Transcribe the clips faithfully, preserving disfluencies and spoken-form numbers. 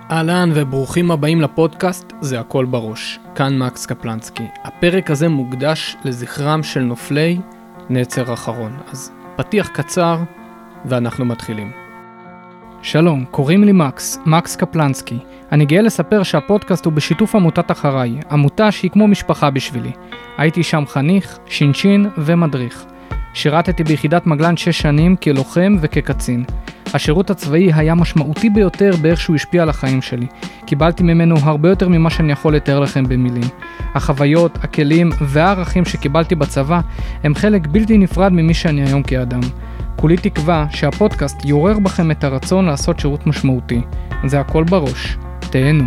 אהלן וברוכים הבאים לפודקאסט, זה הכל בראש. כאן מקס קפלנסקי. הפרק הזה מוקדש לזכרם של נופלי נצר אחרון. אז פתיח קצר ואנחנו מתחילים. שלום, קוראים לי מקס, מקס קפלנסקי. אני גאה לספר שהפודקאסט הוא בשיתוף עמותת אחריי, עמותה שהיא כמו משפחה בשבילי. הייתי שם חניך, שינשין ומדריך. שירתתי ביחידת מגלן שש שנים כלוחם וכקצין. השירות הצבאי היה משמעותי ביותר באיך שהוא השפיע על החיים שלי. קיבלתי ממנו הרבה יותר ממה שאני יכול לתאר לכם במילים. החוויות, הכלים והערכים שקיבלתי בצבא הם חלק בלתי נפרד ממי שאני היום כאדם. כולי תקווה שהפודקאסט יעורר בכם את הרצון לעשות שירות משמעותי. זה הכל בראש. תהנו.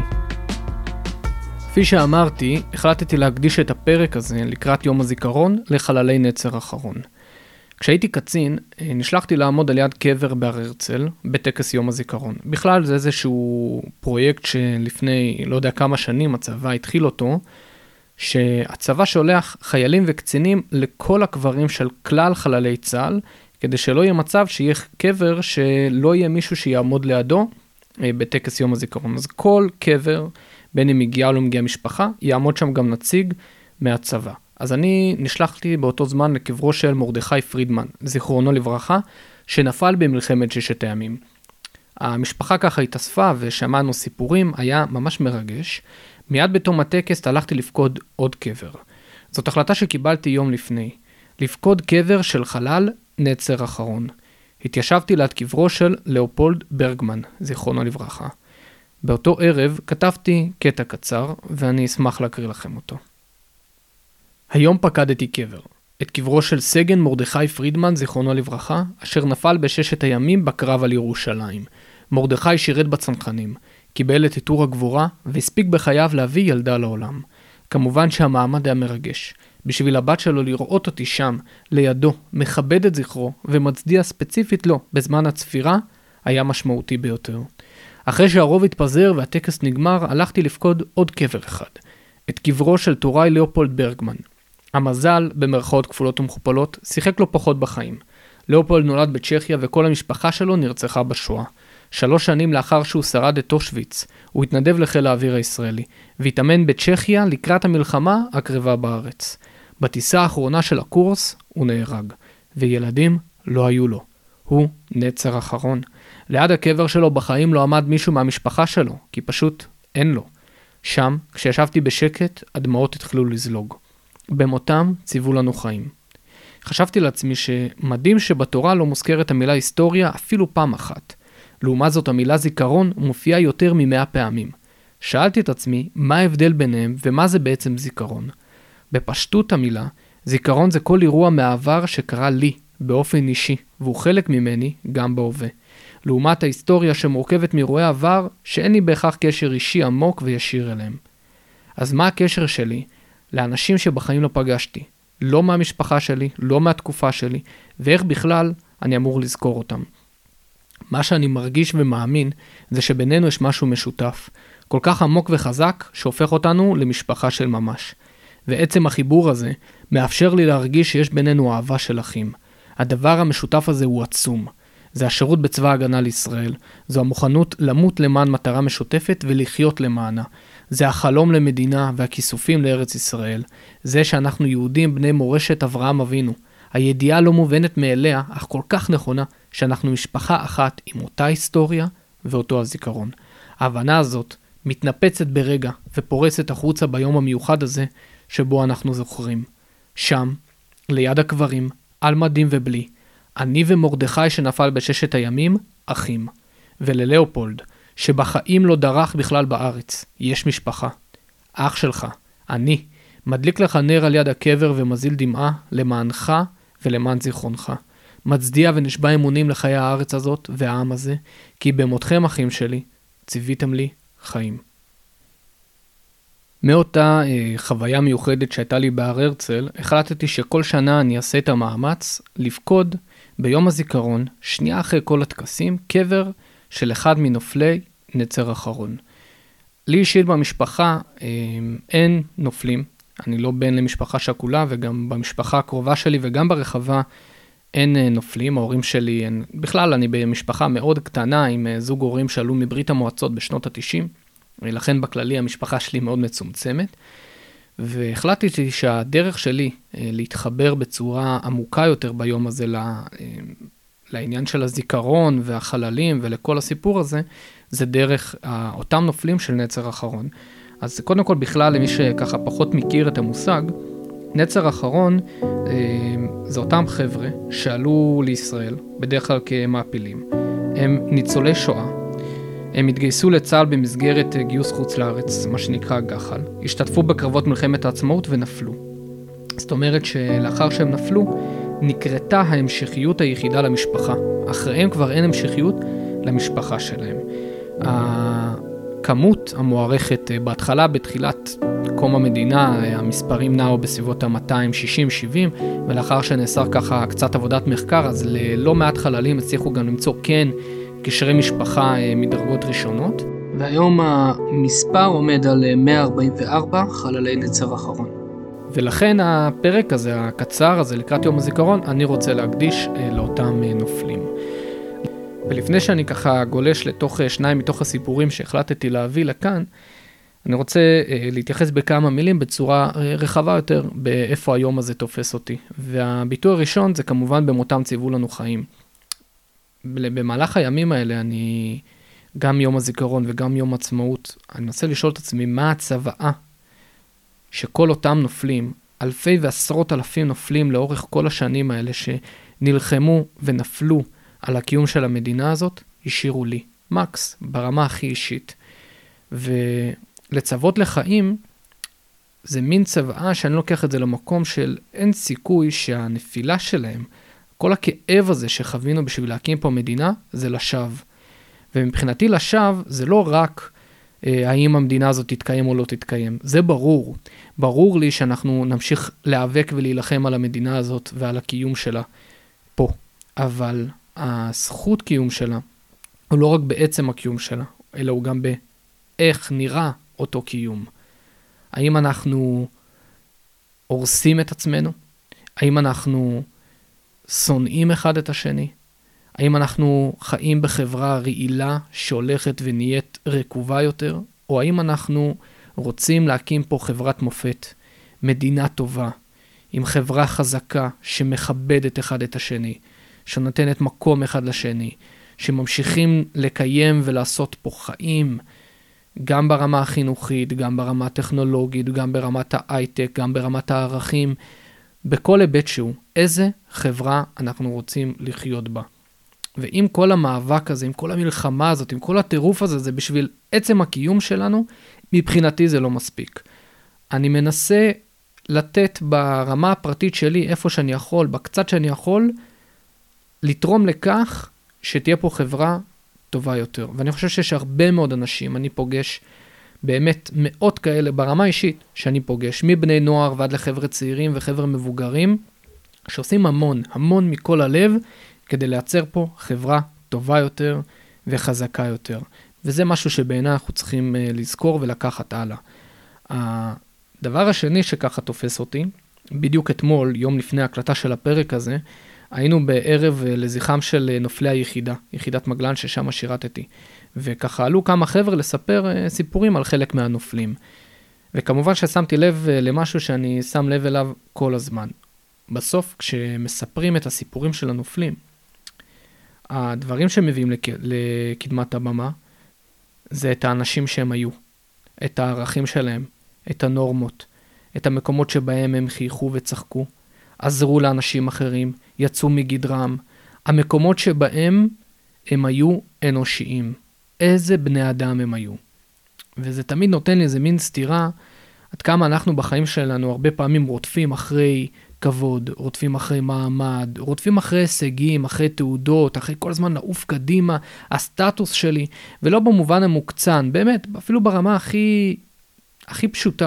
כפי שאמרתי, החלטתי להקדיש את הפרק הזה לקראת יום הזיכרון לחללי נצר אחרון. כשהייתי קצין, נשלחתי לעמוד על יד קבר בהר הרצל בטקס יום הזיכרון. בכלל זה איזשהו פרויקט שלפני לא יודע כמה שנים הצבא התחיל אותו, שהצבא שולח חיילים וקצינים לכל הקברים של כלל חללי צה"ל, כדי שלא יהיה מצב שיהיה קבר שלא יהיה מישהו שיעמוד לידו בטקס יום הזיכרון. אז כל קבר, בין אם הגיעה או לא מגיעה משפחה, יעמוד שם גם נציג מהצבא. אז אני נשלחתי באותו זמן לקברו של מרדכי פרידמן, זיכרונו לברכה, שנפל במלחמת ששת הימים. המשפחה ככה התאספה ושמענו סיפורים, היה ממש מרגש. מיד בתום הטקס הלכתי לפקוד עוד קבר. זאת החלטה שקיבלתי יום לפני, לפקוד קבר של חלל נצר אחרון. התיישבתי ליד קברו של לאופולד ברגמן, זיכרונו לברכה. באותו ערב כתבתי קטע קצר ואני אשמח להקריא לכם אותו. היום פקדתי קבר, את קברו של סגן מרדכי פרידמן, זיכרונו לברכה, אשר נפל בששת הימים בקרב על ירושלים. מרדכי שירת בצנחנים, קיבל את עיטור הגבורה והספיק בחייו להביא ילדה לעולם. כמובן שהמעמד היה מרגש. בשביל הבת שלו לראות אותי שם, לידו, מכבד את זכרו ומצדיע ספציפית לו בזמן הצפירה, היה משמעותי ביותר. אחרי שהרוב התפזר והטקס נגמר, הלכתי לפקוד עוד קבר אחד, את קברו של טוראי לאופולד ברגמן. המזל, במרכאות כפולות ומכופלות, שיחק לו פחות בחיים. לאופולד נולד בצ'כיה וכל המשפחה שלו נרצחה בשואה. שלוש שנים לאחר שהוא שרד את אושוויץ, הוא התנדב לחיל האוויר הישראלי, והתאמן בצ'כיה לקראת המלחמה הקרבה בארץ. בטיסה האחרונה של הקורס הוא נהרג, וילדים לא היו לו. הוא נצר אחרון. ליד הקבר שלו בחיים לא עמד מישהו מהמשפחה שלו, כי פשוט אין לו. שם, כשישבתי בשקט, הדמעות התחילו לזלוג. במותם ציוו לנו חיים. חשבתי לעצמי שמדהים שבתורה לא מוזכרת המילה היסטוריה אפילו פעם אחת. לעומת זאת המילה זיכרון מופיעה יותר ממאה פעמים. שאלתי את עצמי מה ההבדל ביניהם ומה זה בעצם זיכרון. בפשטות המילה, זיכרון זה כל אירוע מהעבר שקרה לי באופן אישי, והוא חלק ממני גם בהווה. לעומת ההיסטוריה שמורכבת מאירועי עבר שאין לי בהכרח קשר אישי עמוק וישיר אליהם. אז מה הקשר שלי לאנשים שבחיים לא פגשתי? לא מהמשפחה שלי, לא מהתקופה שלי, ואיך בכלל אני אמור לזכור אותם. מה שאני מרגיש ומאמין זה שבינינו יש משהו משותף, כל כך עמוק וחזק שהופך אותנו למשפחה של ממש. ועצם החיבור הזה מאפשר לי להרגיש שיש בינינו אהבה של אחים. הדבר המשותף הזה הוא עצום. זה השירות בצבא ההגנה לישראל. זו המוכנות למות למען מטרה משותפת ולחיות למענה. זה החלום למדינה והכיסופים לארץ ישראל. זה שאנחנו יהודים בני מורשת אברהם אבינו. הידיעה לא מובנת מאליה, אך כל כך נכונה, שאנחנו משפחה אחת עם אותה היסטוריה ואותו הזיכרון. ההבנה הזאת מתנפצת ברגע ופורסת החוצה ביום המיוחד הזה שבו אנחנו זוכרים. שם, ליד הקברים, על מדים ובלי, אני ומרדכי שנפל בששת הימים, אחים. וללאופולד, שבחיים לא דרך בכלל בארץ, יש משפחה. אח שלך, אני, מדליק לך נר על יד הקבר ומזיל דמעה למענך ולמען זיכרונך. מצדיע ונשבע אמונים לחיי הארץ הזאת והעם הזה, כי במותכם אחים שלי, ציוויתם לי חיים. מאותה אה, חוויה מיוחדת שהייתה לי בהר הרצל, החלטתי שכל שנה אני אעשה את המאמץ לפקוד ביום הזיכרון, שנייה אחרי כל הטקסים, קבר של אחד מנופלי נצר אחרון. לי אישית במשפחה אה, אין נופלים, אני לא בן למשפחה שכולה, וגם במשפחה הקרובה שלי וגם ברחבה אין נופלים, ההורים שלי, אין, בכלל אני במשפחה מאוד קטנה, עם זוג הורים שעלו מברית המועצות בשנות ה-תשעים, ולכן בכללי המשפחה שלי מאוד מצומצמת, והחלטתי שהדרך שלי להתחבר בצורה עמוקה יותר ביום הזה לעניין של הזיכרון והחללים ולכל הסיפור הזה, זה דרך אותם נופלים של נצר אחרון. אז קודם כל בכלל, למי שככה פחות מכיר את המושג, נצר אחרון זה אותם חבר'ה שעלו לישראל, בדרך כלל כמעפילים. הם ניצולי שואה. הם התגייסו לצה"ל במסגרת גיוס חוץ לארץ, מה שנקרא גח"ל. השתתפו בקרבות מלחמת העצמאות ונפלו. זאת אומרת שלאחר שהם נפלו, נקרתה ההמשכיות היחידה למשפחה. אחריהם כבר אין המשכיות למשפחה שלהם. הכמות המוערכת בהתחלה, בתחילת קום המדינה, המספרים נעו בסביבות ה-מאתיים שישים שבעים, ולאחר שנאסר ככה קצת עבודת מחקר, אז ללא מעט חללים הצליחו גם למצוא כן קשרי משפחה מדרגות ראשונות. והיום המספר עומד על מאה ארבעים וארבע חללי נצר אחרון. ולכן הפרק הזה, הקצר הזה, לקראת יום הזיכרון, אני רוצה להקדיש לאותם נופלים. ולפני שאני ככה גולש לתוך שניים מתוך הסיפורים שהחלטתי להביא לכאן, אני רוצה להתייחס בכמה מילים בצורה רחבה יותר באיפה היום הזה תופס אותי. והביטוי הראשון זה כמובן במותם ציוו לנו חיים. במהלך הימים האלה אני, גם יום הזיכרון וגם יום עצמאות, אני מנסה לשאול את עצמי מה הצוואה שכל אותם נופלים, אלפי ועשרות אלפים נופלים לאורך כל השנים האלה שנלחמו ונפלו על הקיום של המדינה הזאת, השאירו לי. מקס, ברמה הכי אישית. ולצוות לחיים, זה מין צוואה שאני לוקח את זה למקום של אין סיכוי שהנפילה שלהם, כל הכאב הזה שחווינו בשביל להקים פה מדינה, זה לשווא. ומבחינתי לשווא, זה לא רק אה, האם המדינה הזאת תתקיים או לא תתקיים. זה ברור. ברור לי שאנחנו נמשיך להיאבק ולהילחם על המדינה הזאת ועל הקיום שלה פה. אבל הזכות קיום שלה, הוא לא רק בעצם הקיום שלה, אלא הוא גם באיך נראה אותו קיום. האם אנחנו הורסים את עצמנו? האם אנחנו שונאים אחד את השני? האם אנחנו חיים בחברה רעילה שהולכת ונהיית רקובה יותר? או האם אנחנו רוצים להקים פה חברת מופת, מדינה טובה, עם חברה חזקה שמכבדת אחד את השני, שנותנת מקום אחד לשני, שממשיכים לקיים ולעשות פה חיים, גם ברמה החינוכית, גם ברמה הטכנולוגית, גם ברמת ההייטק, גם ברמת הערכים, בכל היבט שהוא, איזה חברה אנחנו רוצים לחיות בה. ועם כל המאבק הזה, עם כל המלחמה הזאת, עם כל הטירוף הזה, זה בשביל עצם הקיום שלנו, מבחינתי זה לא מספיק. אני מנסה לתת ברמה הפרטית שלי, איפה שאני יכול, בקצת שאני יכול, לתרום לכך שתהיה פה חברה טובה יותר. ואני חושב שיש הרבה מאוד אנשים, אני פוגש באמת מאות כאלה ברמה אישית שאני פוגש, מבני נוער ועד לחבר'ה צעירים וחבר'ה מבוגרים, שעושים המון, המון מכל הלב, כדי לייצר פה חברה טובה יותר וחזקה יותר. וזה משהו שבעיניי אנחנו צריכים לזכור ולקחת הלאה. הדבר השני שככה תופס אותי, בדיוק אתמול, יום לפני ההקלטה של הפרק הזה, היינו בערב לזכרם של נופלי היחידה, יחידת מגלן ששם שירתתי. וככה עלו כמה חבר'ה לספר סיפורים על חלק מהנופלים. וכמובן ששמתי לב למשהו שאני שם לב אליו כל הזמן. בסוף, כשמספרים את הסיפורים של הנופלים, הדברים שמביאים לק... לקדמת הבמה, זה את האנשים שהם היו, את הערכים שלהם, את הנורמות, את המקומות שבהם הם חייכו וצחקו, עזרו לאנשים אחרים, יצאו מגדרם, המקומות שבהם הם היו אנושיים. איזה בני אדם הם היו. וזה תמיד נותן לי איזה מין סתירה, עד כמה אנחנו בחיים שלנו הרבה פעמים רודפים אחרי כבוד, רודפים אחרי מעמד, רודפים אחרי הישגים, אחרי תעודות, אחרי כל הזמן לעוף קדימה, הסטטוס שלי, ולא במובן המוקצן, באמת, אפילו ברמה הכי, הכי פשוטה.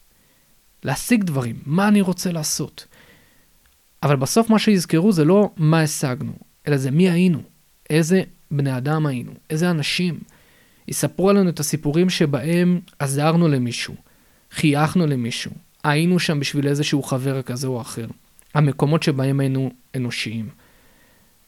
להשיג דברים, מה אני רוצה לעשות. אבל בסוף מה שיזכרו זה לא מה השגנו, אלא זה מי היינו, איזה בני אדם היינו, איזה אנשים. יספרו עלינו את הסיפורים שבהם עזרנו למישהו, חייכנו למישהו, היינו שם בשביל איזשהו חבר כזה או אחר. המקומות שבהם היינו אנושיים.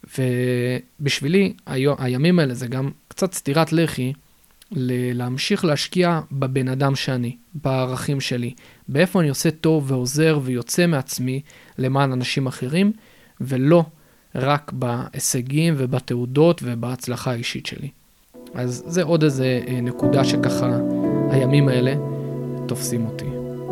ובשבילי, הימים האלה זה גם קצת סתירת לחי, להמשיך להשקיע בבן אדם שאני, בערכים שלי, באיפה אני עושה טוב ועוזר ויוצא מעצמי למען אנשים אחרים, ולא רק בהישגים ובתעודות ובהצלחה האישית שלי. אז זה עוד איזה נקודה שככה הימים האלה תופסים אותי.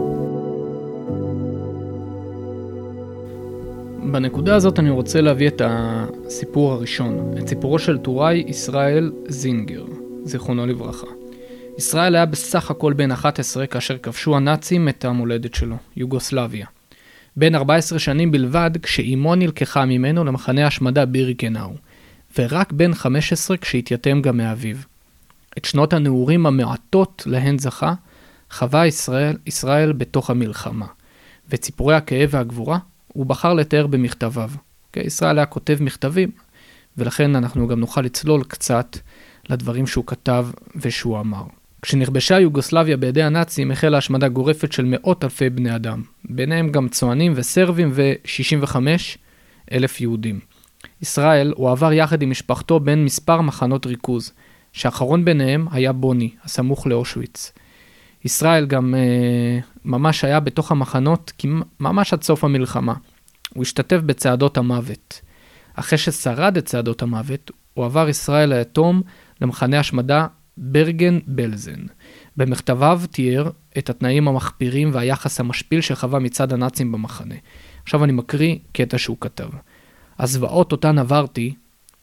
בנקודה הזאת אני רוצה להביא את הסיפור הראשון, את סיפורו של טוראי ישראל זינגר, זיכרונו לברכה. ישראל היה בסך הכל בן אחת עשרה כאשר כבשו הנאצים את המולדת שלו, יוגוסלביה. בן ארבע עשרה שנים בלבד כשאימו נלקחה ממנו למחנה השמדה בירקנאו, ורק בן חמש עשרה כשהתייתם גם מאביו. את שנות הנעורים המעטות להן זכה, חווה ישראל, ישראל בתוך המלחמה, וציפורי הכאב והגבורה הוא בחר לתאר במכתביו. Okay, ישראל היה כותב מכתבים, ולכן אנחנו גם נוכל לצלול קצת לדברים שהוא כתב ושהוא אמר. כשנכבשה יוגוסלביה בידי הנאצים, החלה השמדה גורפת של מאות אלפי בני אדם, ביניהם גם צוענים וסרבים ו-שישים וחמישה אלף יהודים. ישראל הוא עבר יחד עם משפחתו בין מספר מחנות ריכוז, שהאחרון ביניהם היה בוני, הסמוך לאושוויץ. ישראל גם אה, ממש היה בתוך המחנות, ממש עד סוף המלחמה. הוא השתתף בצעדות המוות. אחרי ששרד את צעדות המוות, הוא עבר ישראל היתום למחנה השמדה ברגן בלזן. במכתביו תיאר את התנאים המחפירים והיחס המשפיל שחווה מצד הנאצים במחנה. עכשיו אני מקריא קטע שהוא כתב. הזוועות אותן עברתי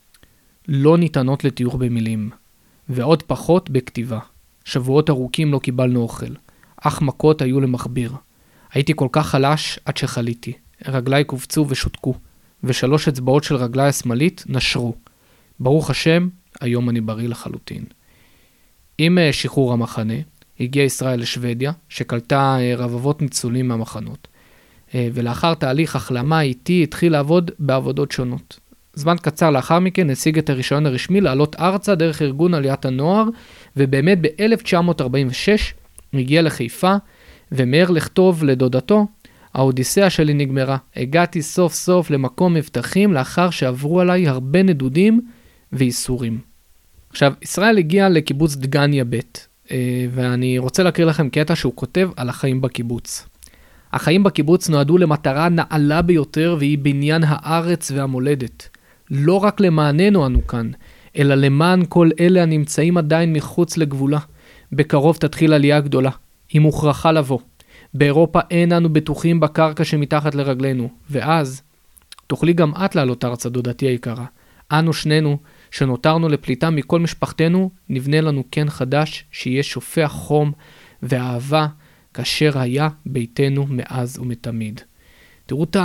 לא ניתנות לתיאור במילים, ועוד פחות בכתיבה. שבועות ארוכים לא קיבלנו אוכל, אך מכות היו למחביר. הייתי כל כך חלש עד שחליתי. רגליי קופצו ושותקו, ושלוש אצבעות של רגליי השמאלית נשרו. ברוך השם, היום אני בריא לחלוטין. עם שחרור המחנה, הגיע ישראל לשוודיה, שקלטה רבבות ניצולים מהמחנות. ולאחר תהליך החלמה איתי התחיל לעבוד בעבודות שונות. זמן קצר לאחר מכן השיג את הרישיון הרשמי לעלות ארצה דרך ארגון עליית הנוער, ובאמת ב-אלף תשע מאות ארבעים ושש הגיע לחיפה, ומהר לכתוב לדודתו, האודיסאה שלי נגמרה. הגעתי סוף סוף למקום מבטחים לאחר שעברו עליי הרבה נדודים ואיסורים. עכשיו, ישראל הגיע לקיבוץ דגניה ב', ואני רוצה להקריא לכם קטע שהוא כותב על החיים בקיבוץ. החיים בקיבוץ נועדו למטרה נעלה ביותר, והיא בניין הארץ והמולדת. לא רק למעננו אנו כאן, אלא למען כל אלה הנמצאים עדיין מחוץ לגבולה. בקרוב תתחיל עלייה גדולה, היא מוכרחה לבוא. באירופה אין אנו בטוחים בקרקע שמתחת לרגלינו, ואז תוכלי גם את לעלות ארצה דודתי היקרה. אנו שנינו, שנותרנו לפליטה מכל משפחתנו, נבנה לנו קן חדש שיהיה שופע חום ואהבה, כאשר היה ביתנו מאז ומתמיד. תראו את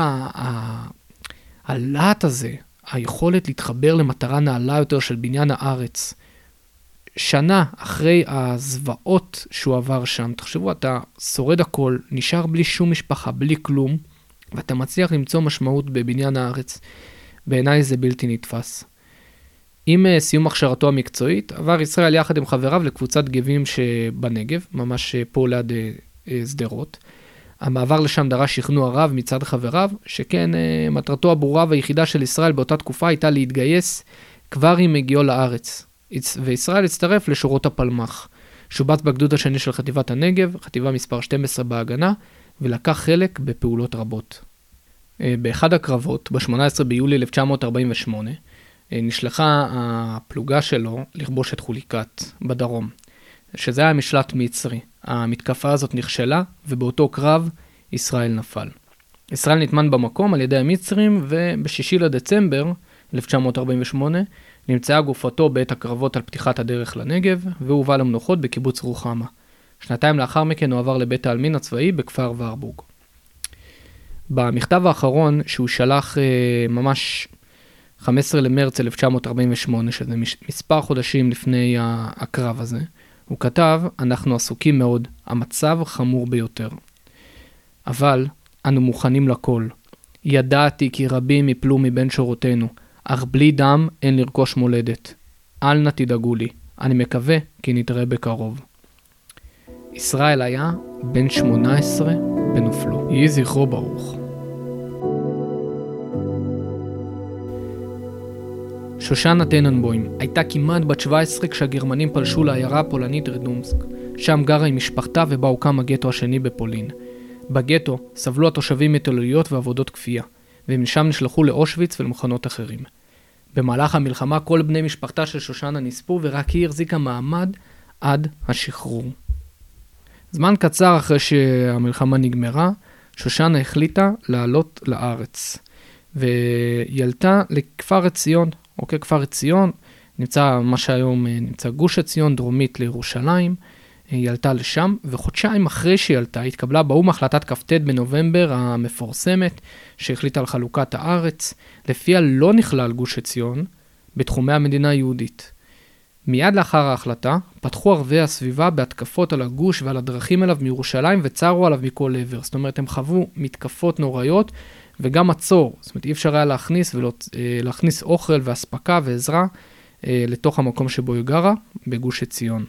הלהט הזה, היכולת להתחבר למטרה נעלה יותר של בניין הארץ. שנה אחרי הזוועות שהוא עבר שם, תחשבו, אתה שורד הכל, נשאר בלי שום משפחה, בלי כלום, ואתה מצליח למצוא משמעות בבניין הארץ. בעיניי זה בלתי נתפס. עם סיום הכשרתו המקצועית, עבר ישראל יחד עם חבריו לקבוצת גבים שבנגב, ממש פה ליד סדרות. המעבר לשם דרש שכנוע רב מצד חבריו, שכן מטרתו הברורה והיחידה של ישראל באותה תקופה הייתה להתגייס כבר עם הגיעו לארץ. וישראל הצטרף לשורות הפלמ"ח. שובץ בגדוד השני של חטיבת הנגב, חטיבה מספר שתים עשרה בהגנה, ולקח חלק בפעולות רבות. באחד הקרבות, ב-שמונה עשרה ביולי אלף תשע מאות ארבעים ושמונה, נשלחה הפלוגה שלו לכבוש את חוליקת בדרום, שזה היה משלט מצרי. המתקפה הזאת נכשלה, ובאותו קרב ישראל נפל. ישראל נטמן במקום על ידי המצרים, ובשישי לדצמבר אלף תשע מאות ארבעים ושמונה נמצאה גופתו בעת הקרבות על פתיחת הדרך לנגב, והוא הובא למנוחות בקיבוץ רוחמה. שנתיים לאחר מכן הוא עבר לבית העלמין הצבאי בכפר ורבורג. במכתב האחרון שהוא שלח אה, ממש חמישה עשר למרץ אלף תשע מאות ארבעים ושמונה, שזה מספר חודשים לפני הקרב הזה, הוא כתב, אנחנו עסוקים מאוד, המצב חמור ביותר. אבל אנו מוכנים לכל. ידעתי כי רבים יפלו מבין שורותינו, אך בלי דם אין לרכוש מולדת. אל נא תדאגו לי, אני מקווה כי נתראה בקרוב. ישראל היה בן שמונה עשרה בנופלו. יהי זכרו ברוך. שושנה טננבוים הייתה כמעט בת שבע עשרה כשהגרמנים פלשו לעיירה הפולנית רדומסק. שם גרה עם משפחתה ובה הוקם הגטו השני בפולין. בגטו סבלו התושבים מהתעללויות ועבודות כפייה, ומשם נשלחו לאושוויץ ולמחנות אחרים. במהלך המלחמה כל בני משפחתה של שושנה נספו, ורק היא החזיקה מעמד עד השחרור. זמן קצר אחרי שהמלחמה נגמרה, שושנה החליטה לעלות לארץ, והיא עלתה לכפר עציון, אוקיי, כפר עציון, נמצא מה שהיום נמצא גוש עציון, דרומית לירושלים. היא עלתה לשם, וחודשיים אחרי שהיא עלתה, התקבלה באו"ם החלטת כ"ט בנובמבר המפורסמת, שהחליטה על חלוקת הארץ, לפיה לא נכלל גוש עציון בתחומי המדינה היהודית. מיד לאחר ההחלטה, פתחו ערבי הסביבה בהתקפות על הגוש ועל הדרכים אליו מירושלים, וצרו עליו מכל עבר. זאת אומרת, הם חוו מתקפות נוראיות, וגם מצור. זאת אומרת, אי אפשר היה להכניס, ולא, להכניס אוכל והספקה ועזרה לתוך המקום שבו היא גרה, בגוש עציון.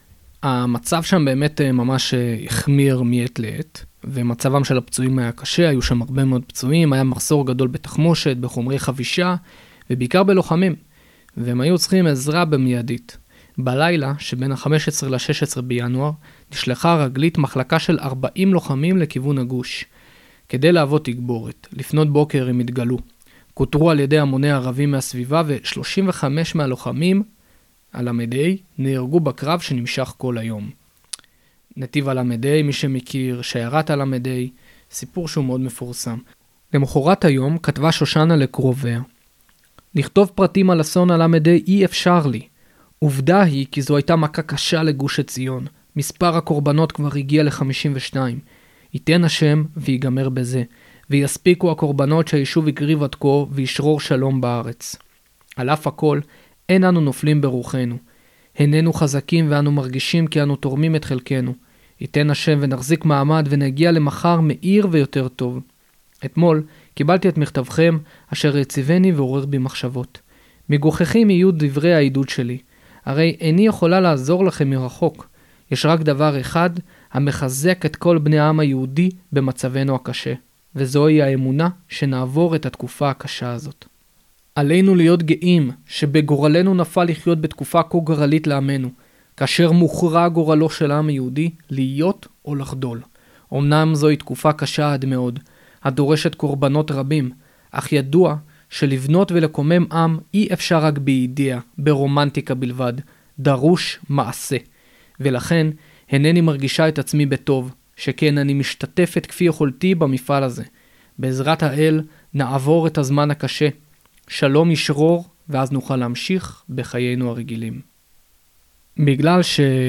המצב שם באמת ממש החמיר מעת לעת, ומצבם של הפצועים היה קשה, היו שם הרבה מאוד פצועים, היה מחסור גדול בתחמושת, בחומרי חבישה, ובעיקר בלוחמים, והם היו צריכים עזרה במיידית. בלילה, שבין ה-חמישה עשר ל-שישה עשר בינואר, נשלחה רגלית מחלקה של ארבעים לוחמים לכיוון הגוש, כדי לעבוד תגבורת. לפנות בוקר הם התגלו. כותרו על ידי המוני ערבים מהסביבה, ו-שלושים וחמישה מהלוחמים על המדי נהרגו בקרב שנמשך כל היום. נתיב על המדי, מי שמכיר, שיירת על המדי, סיפור שהוא מאוד מפורסם. למחרת היום כתבה שושנה לקרוביה. לכתוב פרטים על אסון על המדי אי אפשר לי. עובדה היא כי זו הייתה מכה קשה לגוש עציון. מספר הקורבנות כבר הגיע ל-חמישים ושתיים. ייתן השם ויגמר בזה, ויספיקו הקורבנות שהיישוב יקריב עד כה וישרור שלום בארץ. על אף הכל, אין אנו נופלים ברוחנו. הננו חזקים ואנו מרגישים כי אנו תורמים את חלקנו. ייתן השם ונחזיק מעמד ונגיע למחר מאיר ויותר טוב. אתמול קיבלתי את מכתבכם אשר יציבני ועורר בי מחשבות. מגוחכים יהיו דברי העידוד שלי. הרי איני יכולה לעזור לכם מרחוק. יש רק דבר אחד המחזק את כל בני העם היהודי במצבנו הקשה. וזוהי האמונה שנעבור את התקופה הקשה הזאת. עלינו להיות גאים שבגורלנו נפל לחיות בתקופה כה גורלית לעמנו, כאשר מוכרע גורלו של העם היהודי להיות או לחדול. אמנם זוהי תקופה קשה עד מאוד, הדורשת קורבנות רבים, אך ידוע שלבנות ולקומם עם אי אפשר רק באידאה, ברומנטיקה בלבד, דרוש מעשה. ולכן הנני מרגישה את עצמי בטוב, שכן אני משתתפת כפי יכולתי במפעל הזה. בעזרת האל נעבור את הזמן הקשה, שלום ישרור, ואז נוכל להמשיך בחיינו הרגילים. בגלל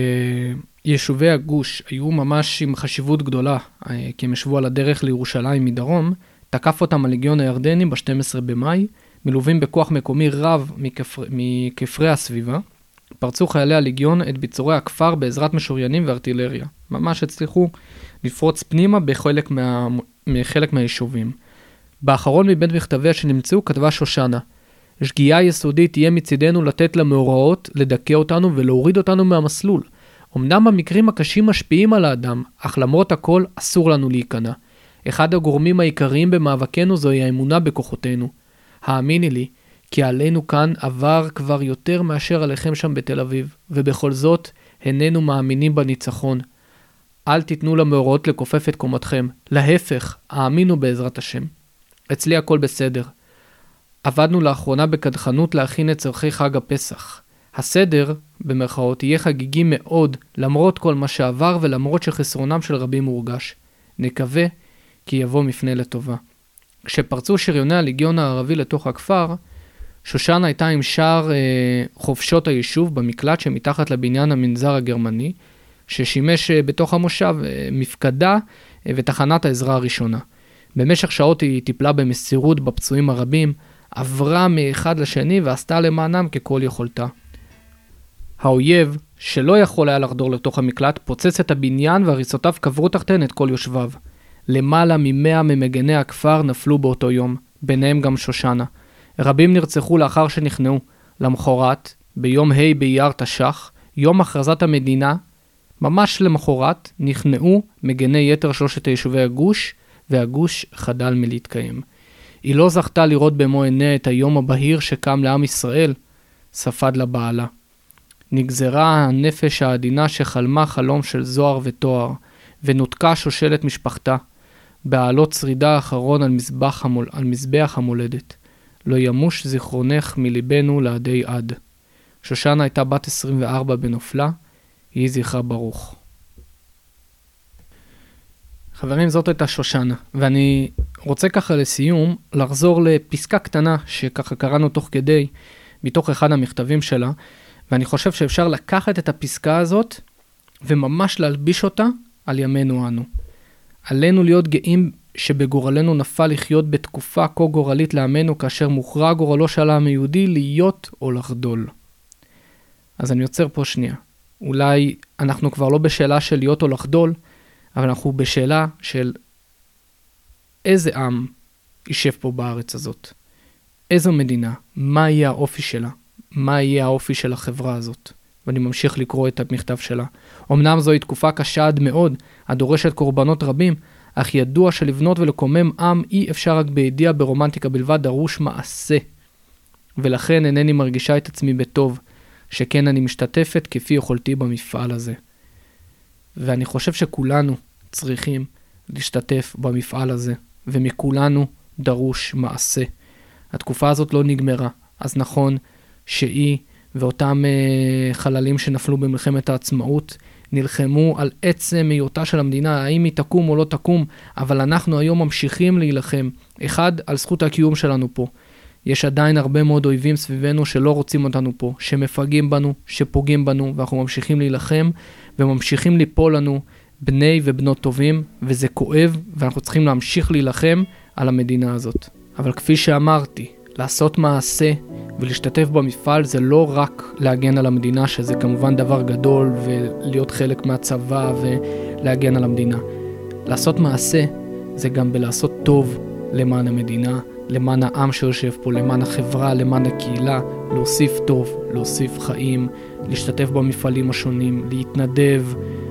שיישובי הגוש היו ממש עם חשיבות גדולה, כי הם ישבו על הדרך לירושלים מדרום, תקף אותם הלגיון הירדני ב-שנים עשר במאי, מלווים בכוח מקומי רב מכפר, מכפרי הסביבה, פרצו חיילי הלגיון את ביצורי הכפר בעזרת משוריינים וארטילריה. ממש הצליחו לפרוץ פנימה בחלק מה, מחלק מהיישובים. באחרון מבית מכתביה שנמצאו כתבה שושנה, שגיאה יסודית תהיה מצידנו לתת למאורעות, לדכא אותנו ולהוריד אותנו מהמסלול. אמנם המקרים הקשים משפיעים על האדם, אך למרות הכל אסור לנו להיכנע. אחד הגורמים העיקריים במאבקנו זוהי האמונה בכוחותינו. האמיני לי, כי עלינו כאן עבר כבר יותר מאשר עליכם שם בתל אביב, ובכל זאת הננו מאמינים בניצחון. אל תיתנו למאורעות לכופף את קומתכם, להפך, האמינו בעזרת השם. אצלי הכל בסדר. עבדנו לאחרונה בקדחנות להכין את צרכי חג הפסח. הסדר, במרכאות, יהיה חגיגי מאוד, למרות כל מה שעבר ולמרות שחסרונם של רבים מורגש. נקווה כי יבוא מפנה לטובה. כשפרצו שריוני הלגיון הערבי לתוך הכפר, שושנה הייתה עם שער אה, חופשות היישוב במקלט שמתחת לבניין המנזר הגרמני, ששימש אה, בתוך המושב אה, מפקדה אה, ותחנת העזרה הראשונה. במשך שעות היא טיפלה במסירות בפצועים הרבים, עברה מאחד לשני ועשתה למענם ככל יכולתה. האויב, שלא יכול היה לחדור לתוך המקלט, פוצץ את הבניין והריסותיו קברו תחתן את כל יושביו. למעלה ממאה ממגני הכפר נפלו באותו יום, ביניהם גם שושנה. רבים נרצחו לאחר שנכנעו. למחרת, ביום ה' באייר תש"ח, יום הכרזת המדינה, ממש למחרת, נכנעו מגני יתר שלושת יישובי הגוש, והגוש חדל מלהתקיים. היא לא זכתה לראות במו עיניה את היום הבהיר שקם לעם ישראל, ספד לבעלה. נגזרה הנפש העדינה שחלמה חלום של זוהר ותואר, ונותקה שושלת משפחתה, בעלות שרידה האחרון על מזבח, המול, על מזבח המולדת. לא ימוש זיכרונך מליבנו לעדי עד. שושנה הייתה בת עשרים וארבע בנופלה, יהי זכרה ברוך. חברים, זאת הייתה שושנה, ואני רוצה ככה לסיום לחזור לפסקה קטנה שככה קראנו תוך כדי, מתוך אחד המכתבים שלה, ואני חושב שאפשר לקחת את הפסקה הזאת וממש להלביש אותה על ימינו אנו. עלינו להיות גאים שבגורלנו נפל לחיות בתקופה כה גורלית לעמנו, כאשר מוכרע גורלו של העם היהודי להיות או לחדול. אז אני יוצר פה שנייה. אולי אנחנו כבר לא בשאלה של להיות או לחדול, אבל אנחנו בשאלה של איזה עם יישב פה בארץ הזאת. איזו מדינה, מה יהיה האופי שלה, מה יהיה האופי של החברה הזאת. ואני ממשיך לקרוא את המכתב שלה. אמנם זוהי תקופה קשה עד מאוד, הדורשת קורבנות רבים, אך ידוע שלבנות ולקומם עם אי אפשר רק בידיעה ברומנטיקה בלבד, דרוש מעשה. ולכן אינני מרגישה את עצמי בטוב, שכן אני משתתפת כפי יכולתי במפעל הזה. ואני חושב שכולנו צריכים להשתתף במפעל הזה, ומכולנו דרוש מעשה. התקופה הזאת לא נגמרה, אז נכון שהיא ואותם uh, חללים שנפלו במלחמת העצמאות נלחמו על עצם היותה של המדינה, האם היא תקום או לא תקום, אבל אנחנו היום ממשיכים להילחם, אחד על זכות הקיום שלנו פה. יש עדיין הרבה מאוד אויבים סביבנו שלא רוצים אותנו פה, שמפגעים בנו, שפוגעים בנו, ואנחנו ממשיכים להילחם, וממשיכים ליפול לנו בני ובנות טובים, וזה כואב, ואנחנו צריכים להמשיך להילחם על המדינה הזאת. אבל כפי שאמרתי, לעשות מעשה ולהשתתף במפעל זה לא רק להגן על המדינה, שזה כמובן דבר גדול, ולהיות חלק מהצבא ולהגן על המדינה. לעשות מעשה זה גם בלעשות טוב למען המדינה, למען העם שיושב פה, למען החברה, למען הקהילה, להוסיף טוב, להוסיף חיים, להשתתף במפעלים השונים, להתנדב.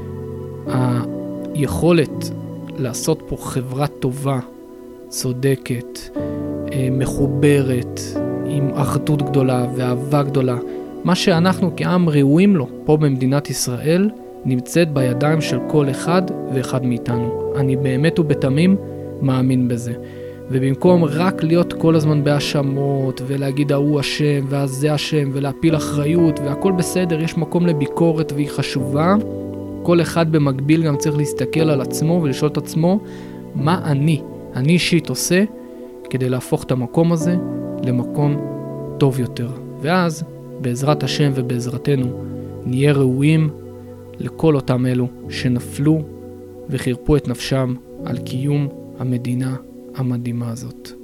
היכולת לעשות פה חברה טובה, צודקת, מחוברת, עם אחדות גדולה ואהבה גדולה, מה שאנחנו כעם ראויים לו פה במדינת ישראל, נמצאת בידיים של כל אחד ואחד מאיתנו. אני באמת ובתמים מאמין בזה. ובמקום רק להיות כל הזמן בהאשמות ולהגיד ההוא אשם ואז זה אשם ולהפיל אחריות והכל בסדר, יש מקום לביקורת והיא חשובה. כל אחד במקביל גם צריך להסתכל על עצמו ולשאול את עצמו מה אני, אני אישית עושה כדי להפוך את המקום הזה למקום טוב יותר. ואז בעזרת השם ובעזרתנו נהיה ראויים לכל אותם אלו שנפלו וחירפו את נפשם על קיום המדינה המדהימה הזאת.